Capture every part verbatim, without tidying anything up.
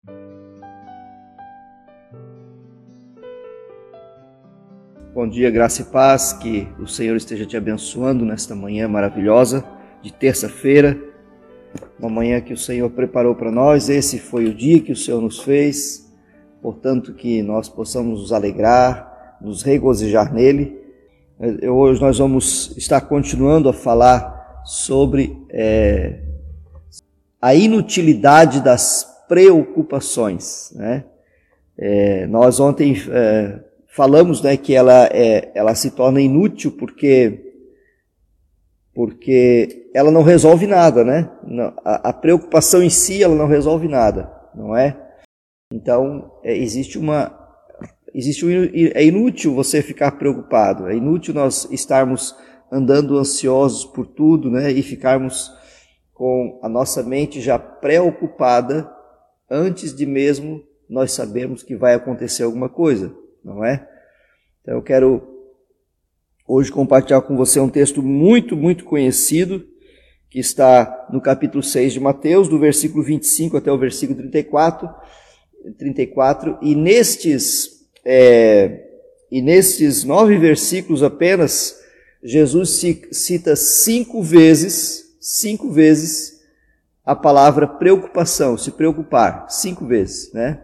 Bom dia, graça e paz, que o Senhor esteja te abençoando nesta manhã maravilhosa de terça-feira, uma manhã que o Senhor preparou para nós. Esse foi o dia que o Senhor nos fez, portanto que nós possamos nos alegrar, nos regozijar nele. Hoje nós vamos estar continuando a falar sobre é, a inutilidade das preocupações, né? É, nós ontem é, falamos, né, que ela, é, ela se torna inútil porque, porque ela não resolve nada, né? A, a preocupação em si, ela não resolve nada, não é? Então, é, existe uma... Existe um, é inútil você ficar preocupado, é inútil nós estarmos andando ansiosos por tudo, né? E ficarmos com a nossa mente já preocupada antes de mesmo nós sabermos que vai acontecer alguma coisa, não é? Então eu quero hoje compartilhar com você um texto muito, muito conhecido, que está no capítulo seis de Mateus, do versículo vinte e cinco até o versículo trinta e quatro, trinta e quatro, e nestes, é, e nestes nove versículos apenas, Jesus cita cinco vezes, cinco vezes a palavra preocupação, se preocupar, cinco vezes, né?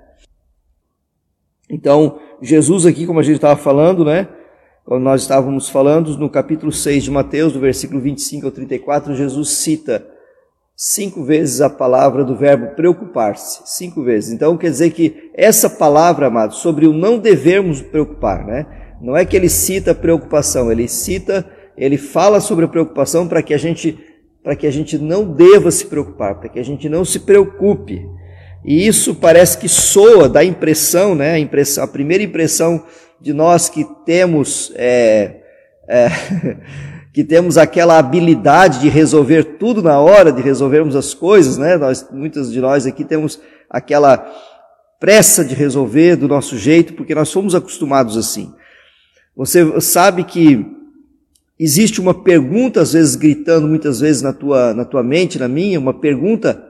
Então, Jesus aqui, como a gente estava falando, né? Quando nós estávamos falando no capítulo seis de Mateus, do versículo vinte e cinco ao trinta e quatro, Jesus cita cinco vezes a palavra do verbo preocupar-se, cinco vezes. Então, quer dizer que essa palavra, amados, sobre o não devermos preocupar, né? Não é que ele cita a preocupação, ele cita, ele fala sobre a preocupação para que a gente, para que a gente não deva se preocupar, para que a gente não se preocupe. E isso parece que soa, dá impressão, né? A, impressão, a primeira impressão de nós que temos, é, é, que temos aquela habilidade de resolver tudo na hora, de resolvermos as coisas, né? Nós, muitos de nós aqui temos aquela pressa de resolver do nosso jeito, porque nós fomos acostumados assim. Você sabe que existe uma pergunta, às vezes gritando, muitas vezes na tua, na tua mente, na minha, uma pergunta.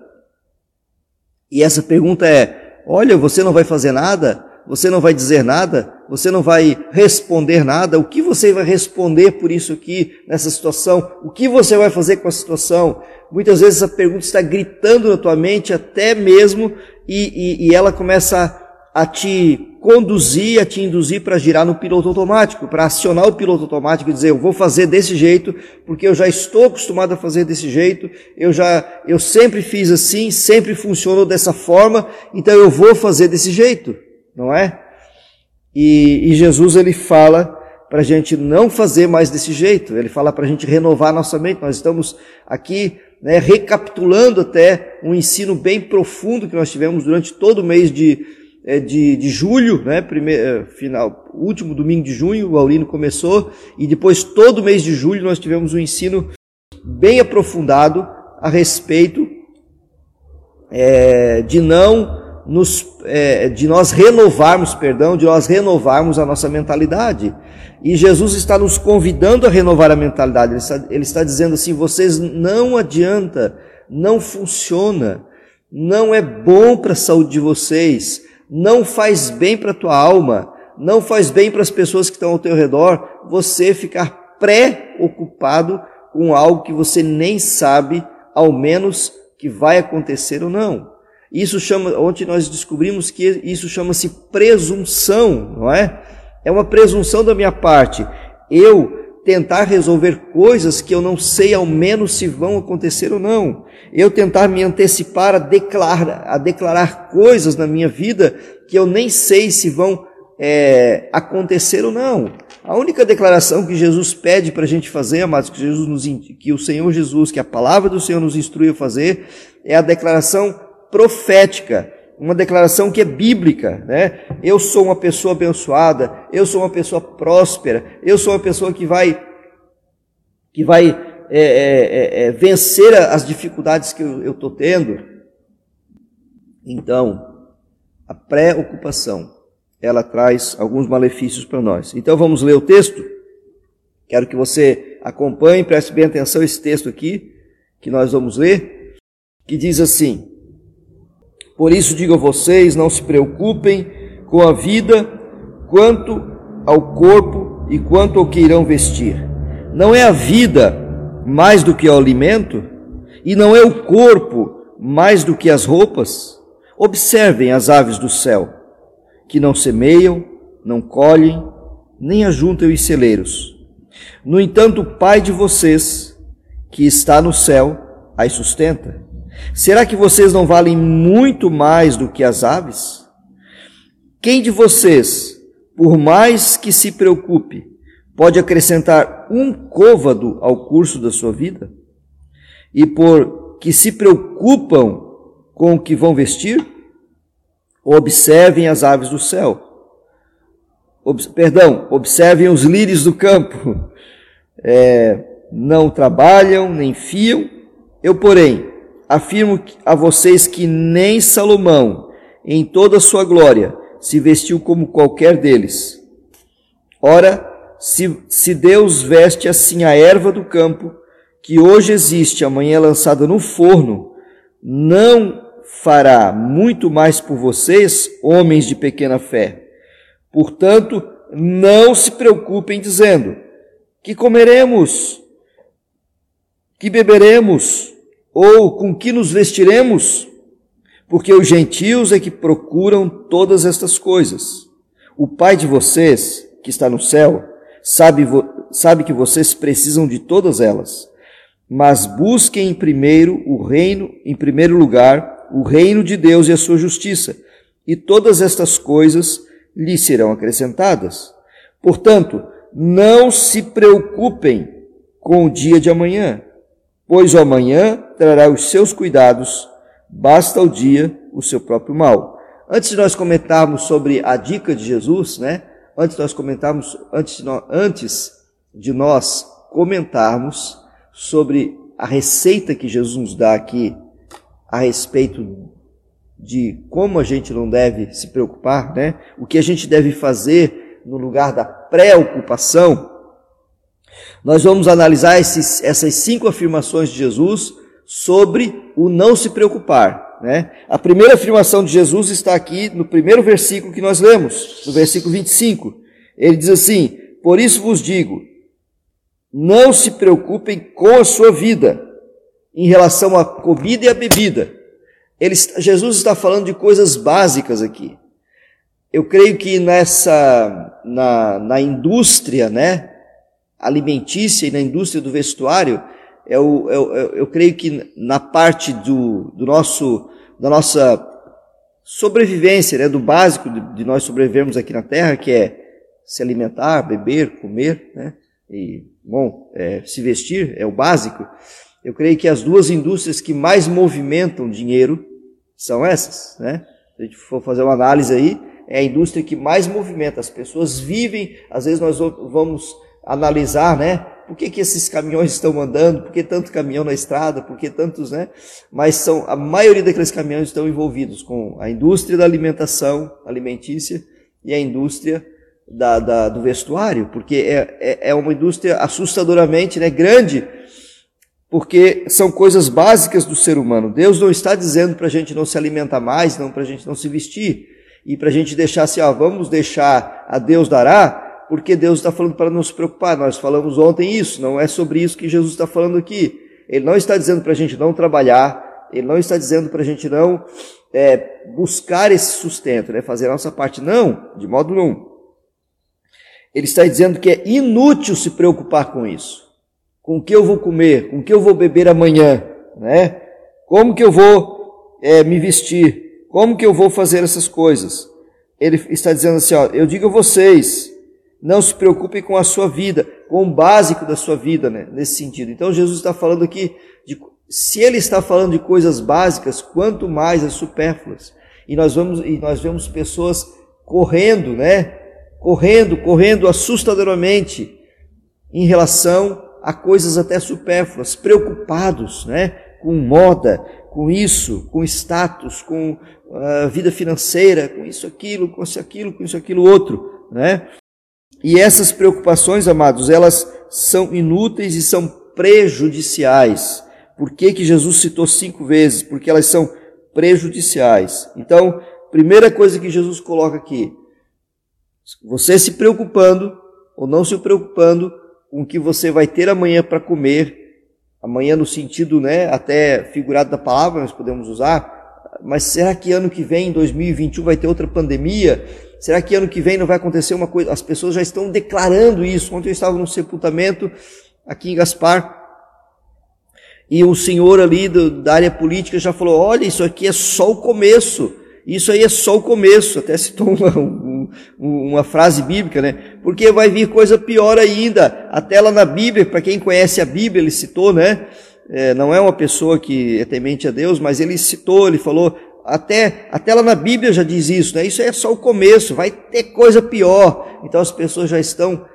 E essa pergunta é: olha, você não vai fazer nada? Você não vai dizer nada? Você não vai responder nada? O que você vai responder por isso aqui, nessa situação? O que você vai fazer com a situação? Muitas vezes essa pergunta está gritando na tua mente até mesmo, e, e, e ela começa a te conduzir, a te induzir para girar no piloto automático, para acionar o piloto automático e dizer: eu vou fazer desse jeito, porque eu já estou acostumado a fazer desse jeito, eu já, eu sempre fiz assim, sempre funcionou dessa forma, então eu vou fazer desse jeito, não é? E, e Jesus, ele fala para a gente não fazer mais desse jeito, ele fala para a gente renovar a nossa mente. Nós estamos aqui, né, recapitulando até um ensino bem profundo que nós tivemos durante todo o mês de De, de julho, né, primeiro, final, último domingo de junho, o Aulino começou, e depois todo mês de julho nós tivemos um ensino bem aprofundado a respeito é, de não nos, é, de nós renovarmos, perdão, de nós renovarmos a nossa mentalidade. E Jesus está nos convidando a renovar a mentalidade. Ele está, ele está dizendo assim: vocês, não adianta, não funciona, não é bom para a saúde de vocês, não faz bem para a tua alma, não faz bem para as pessoas que estão ao teu redor, você ficar preocupado com algo que você nem sabe, ao menos, que vai acontecer ou não. Isso chama, ontem nós descobrimos que isso chama-se presunção, não é? É uma presunção da minha parte, eu tentar resolver coisas que eu não sei ao menos se vão acontecer ou não. Eu tentar me antecipar a declarar, a declarar coisas na minha vida que eu nem sei se vão é, acontecer ou não. A única declaração que Jesus pede para a gente fazer, amados, que, Jesus nos, que o Senhor Jesus, que a palavra do Senhor nos instrui a fazer, é a declaração profética. Uma declaração que é bíblica, né? Eu sou uma pessoa abençoada, eu sou uma pessoa próspera, eu sou uma pessoa que vai, que vai é, é, é, vencer as dificuldades que eu estou tendo. Então, a preocupação, ela traz alguns malefícios para nós. Então vamos ler o texto. Quero que você acompanhe, preste bem atenção a esse texto aqui, que nós vamos ler, que diz assim: Por isso digo a vocês, não se preocupem com a vida quanto ao corpo e quanto ao que irão vestir. Não é a vida mais do que o alimento? E não é o corpo mais do que as roupas? Observem as aves do céu, que não semeiam, não colhem, nem ajuntam em celeiros. No entanto, o Pai de vocês, que está no céu, as sustenta. Será que vocês não valem muito mais do que as aves? Quem de vocês, por mais que se preocupe, pode acrescentar um côvado ao curso da sua vida? E por que se preocupam com o que vão vestir? Observem as aves do céu. Ob- perdão, observem os lírios do campo. É, não trabalham, nem fiam. Eu, porém, afirmo a vocês que nem Salomão, em toda a sua glória, se vestiu como qualquer deles. Ora, se, se Deus veste assim a erva do campo, que hoje existe, amanhã é lançada no forno, não fará muito mais por vocês, homens de pequena fé. Portanto, não se preocupem dizendo, que comeremos, que beberemos, ou com que nos vestiremos? Porque os gentios é que procuram todas estas coisas. O Pai de vocês, que está no céu, sabe, sabe que vocês precisam de todas elas. Mas busquem em primeiro o reino, em primeiro lugar, o reino de Deus e a sua justiça, e todas estas coisas lhes serão acrescentadas. Portanto, não se preocupem com o dia de amanhã, pois o amanhã trará os seus cuidados, basta ao dia o seu próprio mal. Antes de nós comentarmos sobre a dica de Jesus, né? Antes de nós comentarmos, antes de nós, antes de nós comentarmos sobre a receita que Jesus nos dá aqui a respeito de como a gente não deve se preocupar, né? O que a gente deve fazer no lugar da preocupação, nós vamos analisar esses, essas cinco afirmações de Jesus sobre o não se preocupar, né? A primeira afirmação de Jesus está aqui no primeiro versículo que nós lemos, no versículo vinte e cinco. Ele diz assim: por isso vos digo, não se preocupem com a sua vida, em relação à comida e à bebida. Ele, Jesus está falando de coisas básicas aqui. Eu creio que nessa, na, na indústria, né, alimentícia e na indústria do vestuário, eu, eu, eu, eu creio que na parte do, do nosso, da nossa sobrevivência, né, do básico de, de nós sobrevivermos aqui na Terra, que é se alimentar, beber, comer, né, e, bom, é, se vestir, é o básico. Eu creio que as duas indústrias que mais movimentam dinheiro são essas, né? Se a gente for fazer uma análise aí, é a indústria que mais movimenta. As pessoas vivem, às vezes nós vamos analisar, né? Por que que esses caminhões estão andando? Por que tanto caminhão na estrada? Por que tantos, né? Mas são, a maioria daqueles caminhões estão envolvidos com a indústria da alimentação alimentícia e a indústria da, da, do vestuário, porque é, é, é uma indústria assustadoramente, né, grande, porque são coisas básicas do ser humano. Deus não está dizendo para a gente não se alimentar mais, não para a gente não se vestir, e para a gente deixar assim, ó, vamos deixar a Deus dará, porque Deus está falando para não se preocupar. Nós falamos ontem isso, não é sobre isso que Jesus está falando aqui. Ele não está dizendo para a gente não trabalhar, ele não está dizendo para a gente não é, buscar esse sustento, né, fazer a nossa parte. Não, de modo nenhum. Ele está dizendo que é inútil se preocupar com isso. Com o que eu vou comer, com o que eu vou beber amanhã, né? Como que eu vou é, me vestir, como que eu vou fazer essas coisas. Ele está dizendo assim, ó, eu digo a vocês, não se preocupem com a sua vida, com o básico da sua vida, né? Nesse sentido. Então Jesus está falando aqui, de, se ele está falando de coisas básicas, quanto mais as supérfluas. E nós vamos, e nós vemos pessoas correndo, né? Correndo, correndo assustadoramente em relação a coisas até supérfluas, preocupados, né, com moda, com isso, com status, com uh, vida financeira, com isso, aquilo, com isso, aquilo, com isso, aquilo, outro, né? E essas preocupações, amados, elas são inúteis e são prejudiciais. Por que que Jesus citou cinco vezes? Porque elas são prejudiciais. Então, primeira coisa que Jesus coloca aqui, você se preocupando ou não se preocupando com o que você vai ter amanhã para comer, amanhã no sentido, né, até figurado da palavra nós podemos usar, mas será que ano que vem, em dois mil e vinte e um, vai ter outra pandemia? Será que ano que vem não vai acontecer uma coisa? As pessoas já estão declarando isso. Ontem eu estava num sepultamento aqui em Gaspar, e o senhor ali do, da área política já falou, olha, isso aqui é só o começo, isso aí é só o começo, até citou uma, uma, uma frase bíblica, né? Porque vai vir coisa pior ainda, até lá na Bíblia, para quem conhece a Bíblia, ele citou, né? É, não é uma pessoa que é temente a Deus, mas ele citou, ele falou, até, até lá na Bíblia já diz isso, né? Isso é só o começo, vai ter coisa pior. Então as pessoas já estão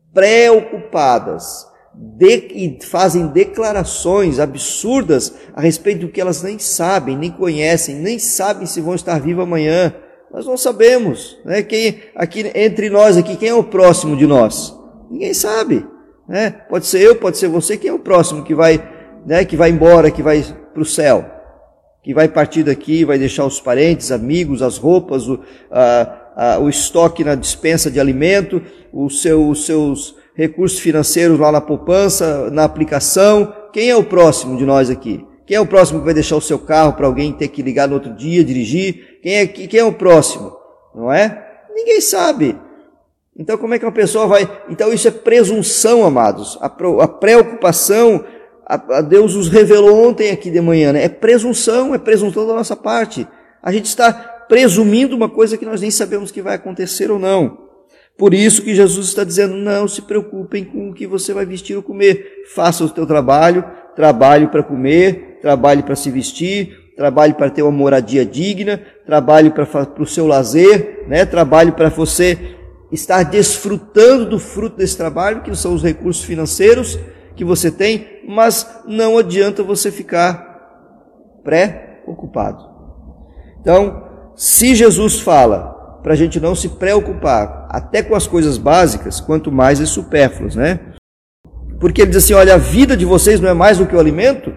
preocupadas de, e fazem declarações absurdas a respeito do que elas nem sabem, nem conhecem, nem sabem se vão estar vivas amanhã. Nós não sabemos, né? Quem, aqui, entre nós aqui, quem é o próximo de nós? Ninguém sabe, né? Pode ser eu, pode ser você, quem é o próximo que vai, né, que vai embora, que vai para o céu, que vai partir daqui, vai deixar os parentes, amigos, as roupas, o, a, a, o estoque na dispensa de alimento, o seu, os seus recursos financeiros lá na poupança, na aplicação. Quem é o próximo de nós aqui? Quem é o próximo que vai deixar o seu carro para alguém ter que ligar no outro dia, dirigir? Quem é, quem é o próximo? Não é? Ninguém sabe. Então como é que uma pessoa vai... Então isso é presunção, amados. A, a preocupação, a, a Deus os revelou ontem aqui de manhã, né? É presunção, é presunção da nossa parte. A gente está presumindo uma coisa que nós nem sabemos que vai acontecer ou não. Por isso que Jesus está dizendo, não se preocupem com o que você vai vestir ou comer. Faça o teu trabalho, trabalhe para comer, trabalhe para se vestir, trabalhe para ter uma moradia digna, trabalhe para, para o seu lazer, né? Trabalhe para você estar desfrutando do fruto desse trabalho, que são os recursos financeiros que você tem, mas não adianta você ficar pré-ocupado. Então, se Jesus fala para a gente não se preocupar até com as coisas básicas, quanto mais as supérfluas, né? Porque ele diz assim, olha, a vida de vocês não é mais do que o alimento?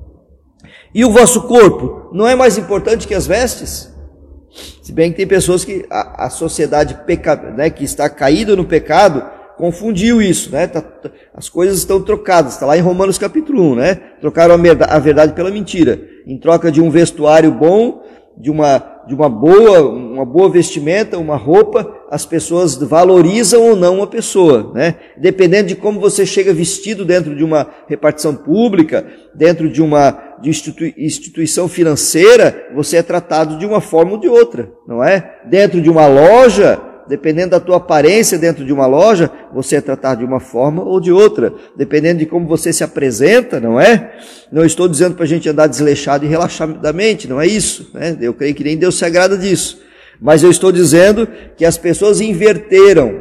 E o vosso corpo não é mais importante que as vestes? Se bem que tem pessoas que a, a sociedade peca, né, que está caída no pecado, confundiu isso, né? Tá, as coisas estão trocadas, está lá em Romanos capítulo um, né? Trocaram a, a verdade pela mentira. Em troca de um vestuário bom, de uma de uma boa, uma boa vestimenta, uma roupa, as pessoas valorizam ou não uma pessoa, né? Dependendo de como você chega vestido dentro de uma repartição pública, dentro de uma de institui, instituição financeira, você é tratado de uma forma ou de outra, não é? Dentro de uma loja, dependendo da tua aparência dentro de uma loja, você é tratado de uma forma ou de outra, dependendo de como você se apresenta, não é? Não estou dizendo para a gente andar desleixado e relaxadamente, não é isso, né? Eu creio que nem Deus se agrada disso, mas eu estou dizendo que as pessoas inverteram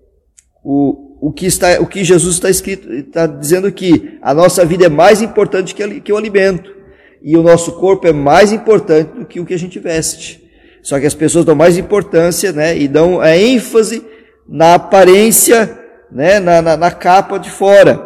o, o, que, está, o que Jesus está, escrito, está dizendo aqui. A nossa vida é mais importante que, que o alimento, e o nosso corpo é mais importante do que o que a gente veste. Só que as pessoas dão mais importância, né, e dão a ênfase na aparência, né, na, na, na capa de fora.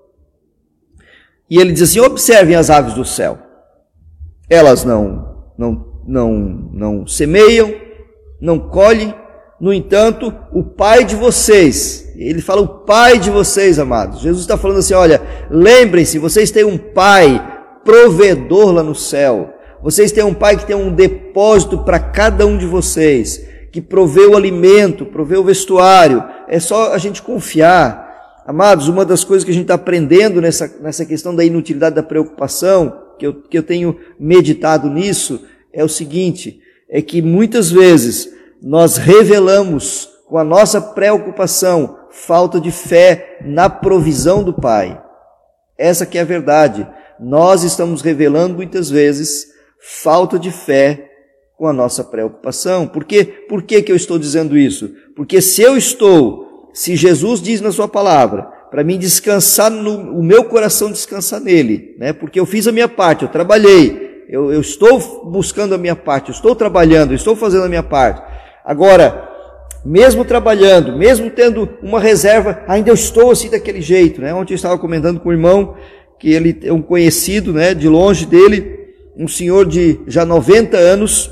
E ele diz assim, observem as aves do céu. Elas não, não, não, não semeiam, não colhem, no entanto, o Pai de vocês, ele fala o Pai de vocês, amados. Jesus está falando assim, olha, lembrem-se, vocês têm um Pai provedor lá no céu. Vocês têm um Pai que tem um depósito para cada um de vocês, que provê o alimento, provê o vestuário. É só a gente confiar. Amados, uma das coisas que a gente está aprendendo nessa, nessa questão da inutilidade da preocupação, que eu, que eu tenho meditado nisso, é o seguinte, é que muitas vezes nós revelamos com a nossa preocupação falta de fé na provisão do Pai. Essa que é a verdade. Nós estamos revelando muitas vezes falta de fé com a nossa preocupação. Por quê? Por que que eu estou dizendo isso? Porque se eu estou, se Jesus diz na sua palavra, para mim descansar, no, o meu coração descansar nele, né? Porque eu fiz a minha parte, eu trabalhei, eu, eu estou buscando a minha parte, eu estou trabalhando, eu estou fazendo a minha parte. Agora, mesmo trabalhando, mesmo tendo uma reserva, ainda eu estou assim daquele jeito, né? Ontem eu estava comentando com o irmão, que ele é um conhecido, né, de longe dele, um senhor de já noventa anos,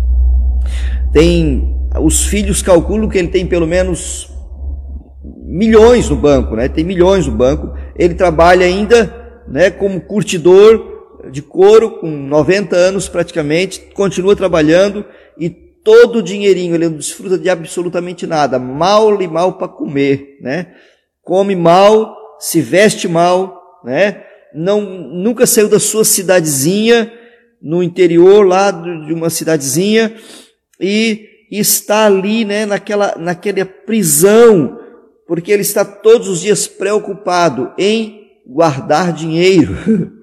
tem, os filhos calculam que ele tem pelo menos milhões no banco, né? Tem milhões no banco. Ele trabalha ainda, né, como curtidor de couro, com noventa anos praticamente, continua trabalhando e todo o dinheirinho, ele não desfruta de absolutamente nada, mal e mal para comer, né? Come mal, se veste mal, né? Não, nunca saiu da sua cidadezinha, no interior lá de uma cidadezinha, e está ali, né, naquela, naquela prisão, porque ele está todos os dias preocupado em guardar dinheiro.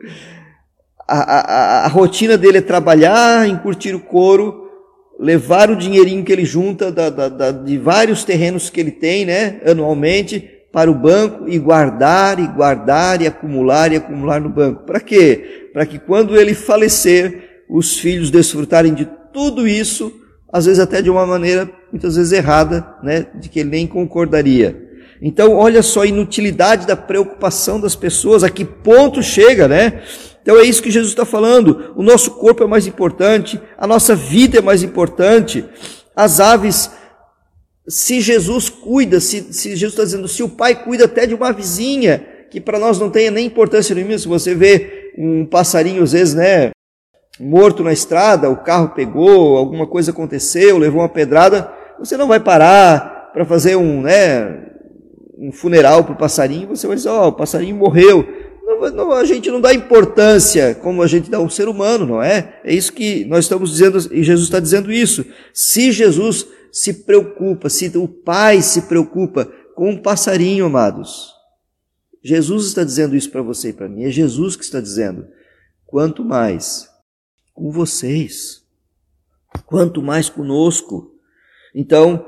A, a, a rotina dele é trabalhar, em curtir o couro, levar o dinheirinho que ele junta da, da, da, de vários terrenos que ele tem, né, anualmente, para o banco e guardar, e guardar, e acumular, e acumular no banco. Para quê? Para que quando ele falecer, os filhos desfrutarem de tudo isso, às vezes até de uma maneira, muitas vezes errada, né, de que ele nem concordaria. Então, olha só a inutilidade da preocupação das pessoas, a que ponto chega, né? Então é isso que Jesus está falando. O nosso corpo é mais importante, a nossa vida é mais importante. As aves, se Jesus cuida, se, se Jesus está dizendo, se o Pai cuida até de uma vizinha, que para nós não tenha nem importância nenhuma, se você vê um passarinho, às vezes, né, morto na estrada, o carro pegou, alguma coisa aconteceu, levou uma pedrada, você não vai parar para fazer um, né, um funeral para o passarinho, você vai dizer, ó, oh, o passarinho morreu. Não, não, a gente não dá importância como a gente dá um ser humano, não é? É isso que nós estamos dizendo, e Jesus está dizendo isso. Se Jesus se preocupa, se o Pai se preocupa com um passarinho, amados, Jesus está dizendo isso para você e para mim, é Jesus que está dizendo, quanto mais com vocês, quanto mais conosco. Então,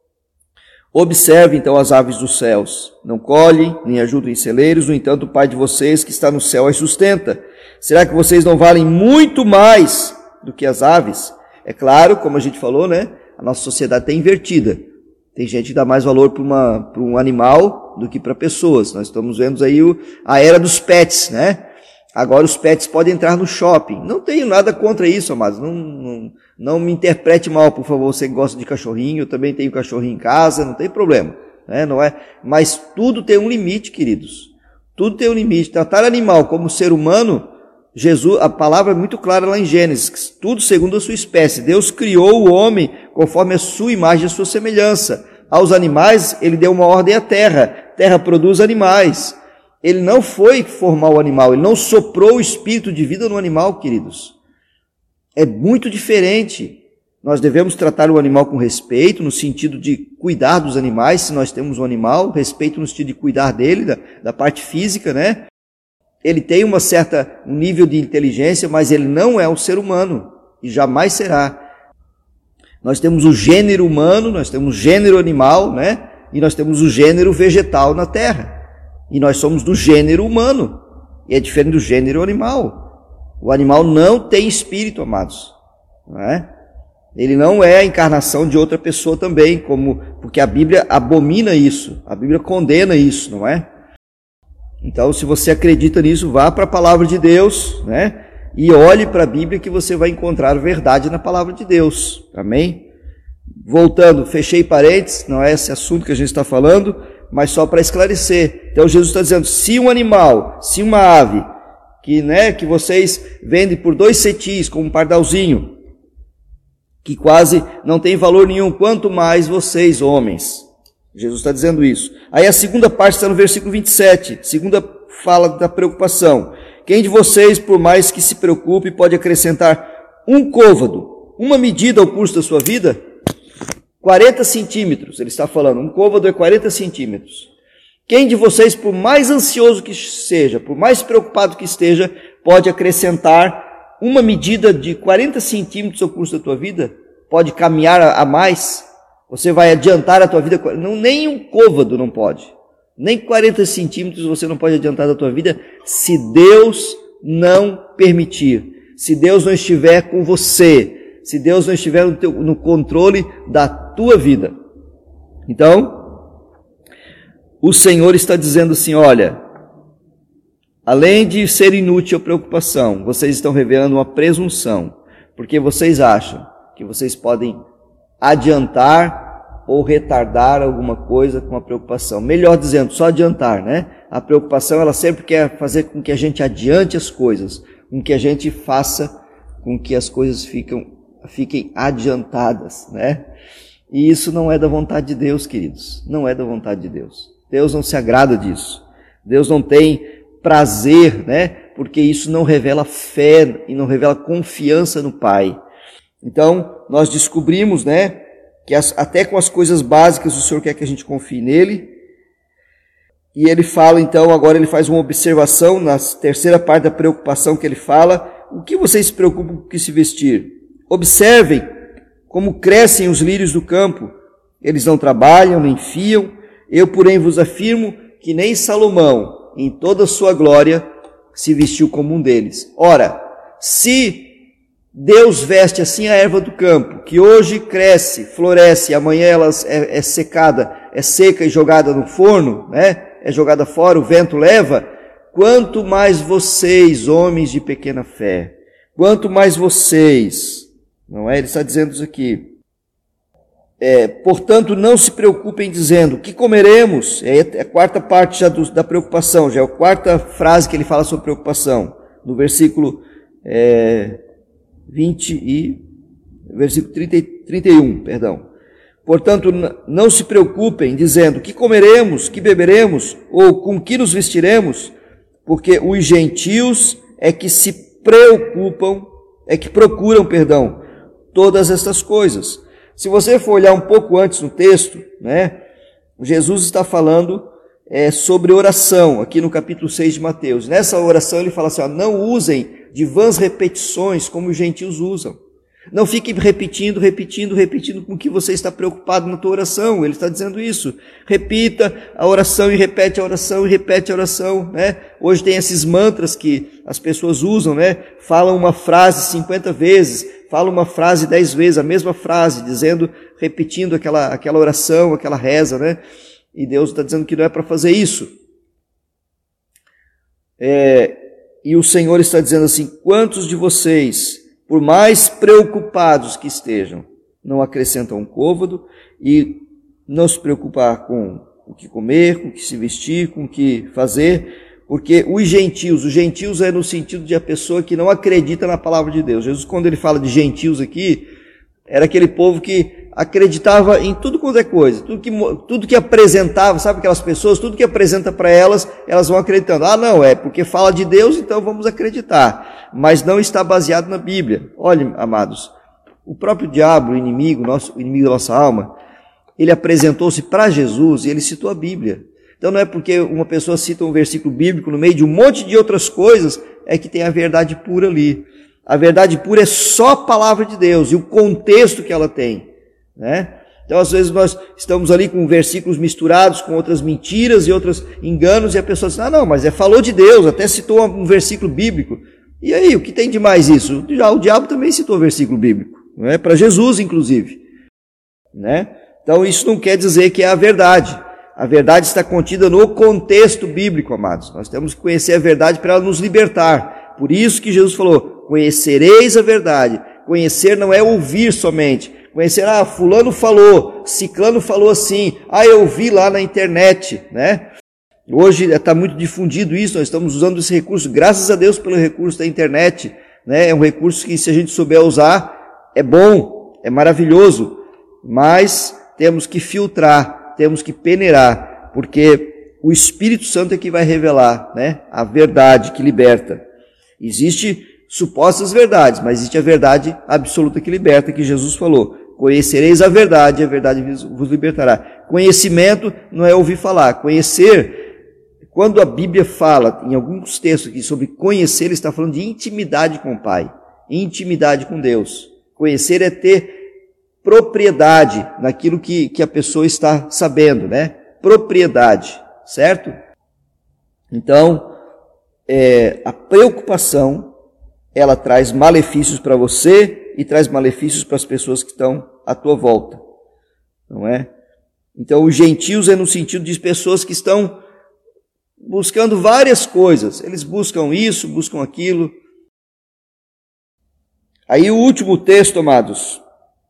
observe então as aves dos céus, não colhem, nem ajudam em celeiros, no entanto o Pai de vocês que está no céu as sustenta. Será que vocês não valem muito mais do que as aves? É claro, como a gente falou, né? A nossa sociedade está invertida. Tem gente que dá mais valor para uma, para um animal do que para pessoas. Nós estamos vendo aí o, a era dos pets, né? Agora os pets podem entrar no shopping. Não tenho nada contra isso, amados. Não, não, não me interprete mal, por favor. Você que gosta de cachorrinho, eu também tenho cachorrinho em casa, não tem problema, né? Não é? Mas tudo tem um limite, queridos. Tudo tem um limite. Tratar animal como ser humano, Jesus, a palavra é muito clara lá em Gênesis, tudo segundo a sua espécie. Deus criou o homem conforme a sua imagem e a sua semelhança. Aos animais, ele deu uma ordem à terra. Terra produz animais. Ele não foi formar o animal, ele não soprou o espírito de vida no animal, queridos. É muito diferente. Nós devemos tratar o animal com respeito, no sentido de cuidar dos animais, se nós temos um animal, respeito no sentido de cuidar dele, da, da parte física, né? Ele tem uma certa, um nível de inteligência, mas ele não é um ser humano, e jamais será. Nós temos o gênero humano, nós temos o gênero animal, né? E nós temos o gênero vegetal na Terra. E nós somos do gênero humano, e é diferente do gênero animal. O animal não tem espírito, amados, não é? Ele não é a encarnação de outra pessoa também, como, porque a Bíblia abomina isso, a Bíblia condena isso, não é? Então, se você acredita nisso, vá para a palavra de Deus, né? E olhe para a Bíblia que você vai encontrar verdade na palavra de Deus, amém? Voltando, fechei parênteses, não é esse assunto que a gente está falando, mas só para esclarecer. Então Jesus está dizendo, se um animal, se uma ave, que, né, que vocês vendem por dois cetis, como um pardalzinho, que quase não tem valor nenhum, quanto mais vocês, homens. Jesus está dizendo isso. Aí a segunda parte está no versículo vinte e sete, segunda fala da preocupação. Quem de vocês, por mais que se preocupe, pode acrescentar um côvado, uma medida ao curso da sua vida? quarenta centímetros, ele está falando, um côvado é quarenta centímetros. Quem de vocês, por mais ansioso que seja, por mais preocupado que esteja, pode acrescentar uma medida de quarenta centímetros ao curso da tua vida? Pode caminhar a mais? Você vai adiantar a tua vida? Não, nem um côvado não pode. Nem quarenta centímetros você não pode adiantar da tua vida se Deus não permitir. Se Deus não estiver com você. Se Deus não estiver no, teu, no controle da tua vida. Então, o Senhor está dizendo assim, olha, além de ser inútil a preocupação, vocês estão revelando uma presunção, porque vocês acham que vocês podem adiantar ou retardar alguma coisa com a preocupação. Melhor dizendo, só adiantar, né? A preocupação, ela sempre quer fazer com que a gente adiante as coisas, com que a gente faça com que as coisas fiquem, fiquem adiantadas, né? E isso não é da vontade de Deus, queridos. Não é da vontade de Deus. Deus não se agrada disso. Deus não tem prazer, né? Porque isso não revela fé e não revela confiança no Pai. Então, nós descobrimos, né, que as, até com as coisas básicas o Senhor quer que a gente confie nele. E ele fala, então, agora ele faz uma observação na terceira parte da preocupação que ele fala. O que vocês se preocupam com o que se vestir? Observem como crescem os lírios do campo. Eles não trabalham, nem fiam. Eu, porém, vos afirmo que nem Salomão, em toda a sua glória, se vestiu como um deles. Ora, se Deus veste assim a erva do campo, que hoje cresce, floresce, amanhã ela é, é secada, é seca e jogada no forno, né? É jogada fora, o vento leva, quanto mais vocês, homens de pequena fé, quanto mais vocês, não é? Ele está dizendo isso aqui. É, portanto, não se preocupem dizendo, o que comeremos? É a quarta parte já do, da preocupação, já é a quarta frase que ele fala sobre preocupação, no versículo é, vinte e, versículo trinta, trinta e um, perdão. Portanto, não se preocupem dizendo, que comeremos, que beberemos, ou com que nos vestiremos, porque os gentios é que se preocupam, é que procuram, perdão, todas estas coisas. Se você for olhar um pouco antes no texto, né, Jesus está falando é, sobre oração, aqui no capítulo seis de Mateus. Nessa oração ele fala assim, ó, não usem de vãs repetições como os gentios usam. Não fique repetindo, repetindo, repetindo com o que você está preocupado na tua oração. Ele está dizendo isso. Repita a oração e repete a oração e repete a oração, né? Hoje tem esses mantras que as pessoas usam, né? Falam uma frase cinquenta vezes, falam uma frase dez vezes, a mesma frase, dizendo, repetindo aquela, aquela oração, aquela reza, né? E Deus está dizendo que não é para fazer isso. É, e o Senhor está dizendo assim, quantos de vocês, por mais preocupados que estejam, não acrescentam um côvado e não se preocupar com o que comer, com o que se vestir, com o que fazer, porque os gentios, os gentios é no sentido de a pessoa que não acredita na palavra de Deus. Jesus, quando ele fala de gentios aqui, era aquele povo que acreditava em tudo quanto é coisa, tudo que, tudo que apresentava, sabe aquelas pessoas, tudo que apresenta para elas, elas vão acreditando. Ah, não, é porque fala de Deus, então vamos acreditar. Mas não está baseado na Bíblia. Olhem, amados, o próprio diabo, o inimigo, nosso, o inimigo da nossa alma, ele apresentou-se para Jesus e ele citou a Bíblia. Então não é porque uma pessoa cita um versículo bíblico no meio de um monte de outras coisas, é que tem a verdade pura ali. A verdade pura é só a palavra de Deus e o contexto que ela tem, né? Então às vezes nós estamos ali com versículos misturados com outras mentiras e outros enganos e a pessoa diz, ah não, mas é, falou de Deus, até citou um versículo bíblico. E aí, o que tem de mais isso? Já o diabo também citou versículo bíblico, não é? Para Jesus inclusive, né? Então isso não quer dizer que é a verdade. A verdade está contida no contexto bíblico, amados. Nós temos que conhecer a verdade para ela nos libertar. Por isso que Jesus falou, conhecereis a verdade. Conhecer não é ouvir somente. Conhecer, ah, fulano falou, ciclano falou assim, ah, eu vi lá na internet, né? Hoje está muito difundido isso, nós estamos usando esse recurso, graças a Deus pelo recurso da internet, né? É um recurso que, se a gente souber usar, é bom, é maravilhoso, mas temos que filtrar, temos que peneirar, porque o Espírito Santo é que vai revelar, né, a verdade que liberta. Existe supostas verdades, mas existe a verdade absoluta que liberta, que Jesus falou. Conhecereis a verdade, e a verdade vos libertará. Conhecimento não é ouvir falar. Conhecer, quando a Bíblia fala, em alguns textos aqui, sobre conhecer, ele está falando de intimidade com o Pai, intimidade com Deus. Conhecer é ter propriedade naquilo que, que a pessoa está sabendo, né? Propriedade, certo? Então, é, a preocupação, ela traz malefícios para você e traz malefícios para as pessoas que estão à tua volta, não é? Então, os gentios é no sentido de pessoas que estão buscando várias coisas. Eles buscam isso, buscam aquilo. Aí o último texto, amados,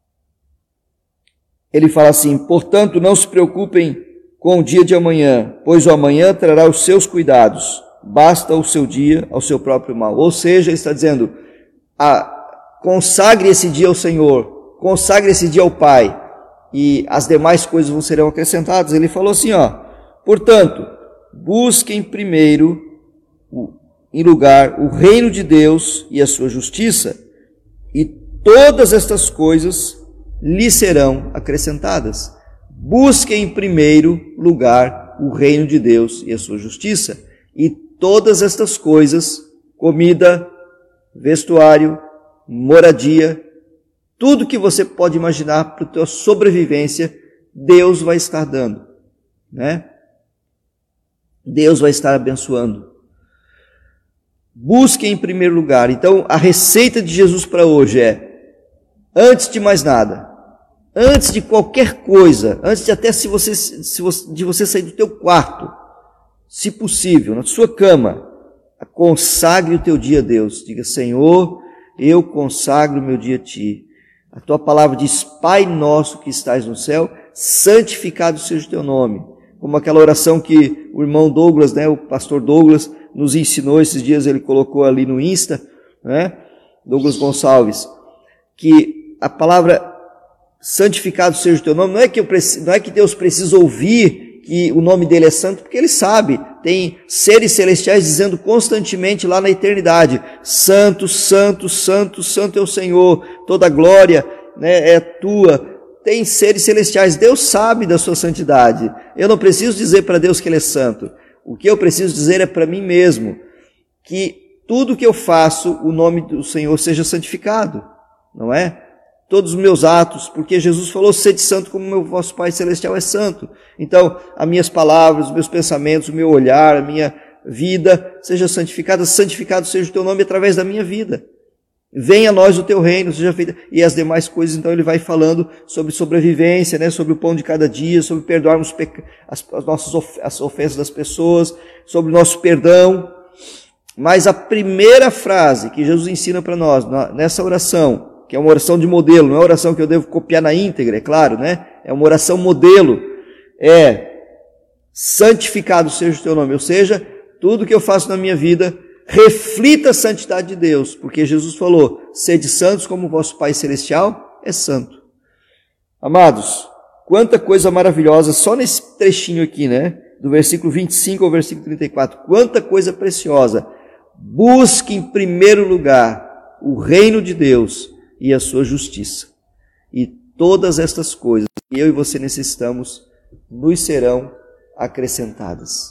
ele fala assim: portanto, não se preocupem com o dia de amanhã, pois o amanhã trará os seus cuidados. Basta o seu dia ao seu próprio mal. Ou seja, ele está dizendo, ah, consagre esse dia ao Senhor, consagre esse dia ao Pai, e as demais coisas vão serão acrescentadas. Ele falou assim, ó, portanto, busquem primeiro, em lugar, o reino de Deus e a sua justiça, e todas estas coisas lhe serão acrescentadas. Busquem em primeiro lugar o reino de Deus e a sua justiça, e todas estas coisas, comida, vestuário, moradia, tudo que você pode imaginar para a tua sobrevivência, Deus vai estar dando, né? Deus vai estar abençoando. Busquem em primeiro lugar. Então, a receita de Jesus para hoje é, antes de mais nada, antes de qualquer coisa, antes de até se você, se você, de você sair do teu quarto, se possível, na sua cama, consagre o teu dia a Deus. Diga, Senhor, eu consagro o meu dia a Ti. A Tua palavra diz, Pai nosso que estás no céu, santificado seja o Teu nome. Como aquela oração que o irmão Douglas, né, o pastor Douglas, nos ensinou esses dias, ele colocou ali no Insta, né, Douglas Gonçalves, que a palavra santificado seja o Teu nome, não é que, eu preciso, não é que Deus precisa ouvir que o nome dele é santo, porque ele sabe, tem seres celestiais dizendo constantemente lá na eternidade, santo, santo, santo, santo é o Senhor, toda glória, né, é tua. Tem seres celestiais, Deus sabe da sua santidade. Eu não preciso dizer para Deus que Ele é santo. O que eu preciso dizer é para mim mesmo, que tudo que eu faço, o nome do Senhor seja santificado, não é? Todos os meus atos, porque Jesus falou, sede santo como meu vosso Pai Celestial é santo. Então, as minhas palavras, os meus pensamentos, o meu olhar, a minha vida seja santificada, santificado seja o teu nome através da minha vida. Venha a nós o teu reino, seja feita. E as demais coisas, então, ele vai falando sobre sobrevivência, né? Sobre o pão de cada dia, sobre perdoarmos peca... as, as nossas of... as ofensas das pessoas, sobre o nosso perdão. Mas a primeira frase que Jesus ensina para nós, nessa oração, que é uma oração de modelo, não é uma oração que eu devo copiar na íntegra, é claro, né? É uma oração modelo, é santificado seja o teu nome, ou seja, tudo que eu faço na minha vida reflita a santidade de Deus, porque Jesus falou, sede santos como o vosso Pai Celestial é santo. Amados, quanta coisa maravilhosa, só nesse trechinho aqui, né? Do versículo vinte e cinco ao versículo trinta e quatro, quanta coisa preciosa. Busque em primeiro lugar o reino de Deus e a sua justiça. E todas estas coisas que eu e você necessitamos nos serão acrescentadas.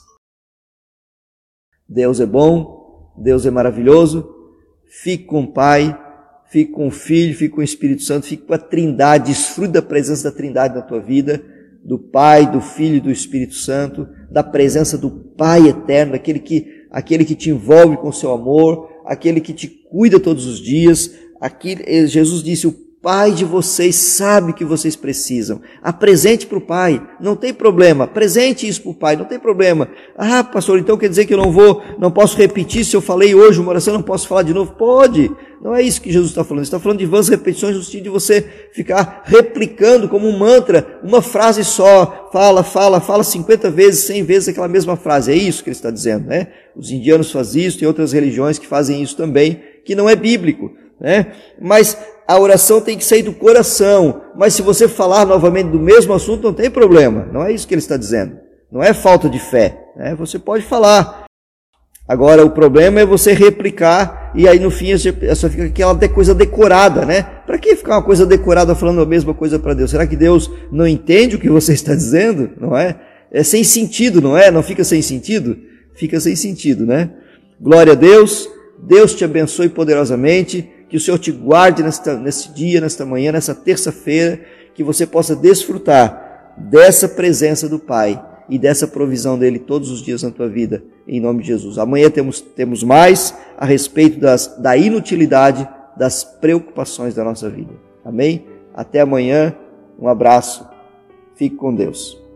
Deus é bom, Deus é maravilhoso. Fique com o Pai, fique com o Filho, fique com o Espírito Santo, fique com a Trindade, desfrute da presença da Trindade na tua vida, do Pai, do Filho e do Espírito Santo, da presença do Pai eterno, aquele que, aquele que te envolve com o seu amor, aquele que te cuida todos os dias. Aqui Jesus disse, o Pai de vocês sabe o que vocês precisam. Apresente para o Pai, não tem problema. Apresente isso para o Pai, não tem problema. Ah, pastor, então quer dizer que eu não vou, não posso repetir se eu falei hoje uma oração, eu não posso falar de novo? Pode. Não é isso que Jesus está falando. Ele está falando de vãs repetições, no sentido de você ficar replicando como um mantra, uma frase só. Fala, fala, fala cinquenta vezes, cem vezes aquela mesma frase. É isso que ele está dizendo, né? Os indianos fazem isso, tem outras religiões que fazem isso também, que não é bíblico, né? Mas a oração tem que sair do coração. Mas se você falar novamente do mesmo assunto, não tem problema. Não é isso que ele está dizendo. Não é falta de fé, né? Você pode falar. Agora, o problema é você replicar e aí no fim só fica aquela coisa decorada, né? Para que ficar uma coisa decorada falando a mesma coisa para Deus? Será que Deus não entende o que você está dizendo? Não é? É sem sentido, não é? Não fica sem sentido? Fica sem sentido, né? Glória a Deus. Deus te abençoe poderosamente. Que o Senhor te guarde nesta, nesse dia, nesta manhã, nessa terça-feira, que você possa desfrutar dessa presença do Pai e dessa provisão dele todos os dias na tua vida, em nome de Jesus. Amanhã temos, temos mais a respeito das, da inutilidade das preocupações da nossa vida. Amém? Até amanhã, um abraço, fique com Deus.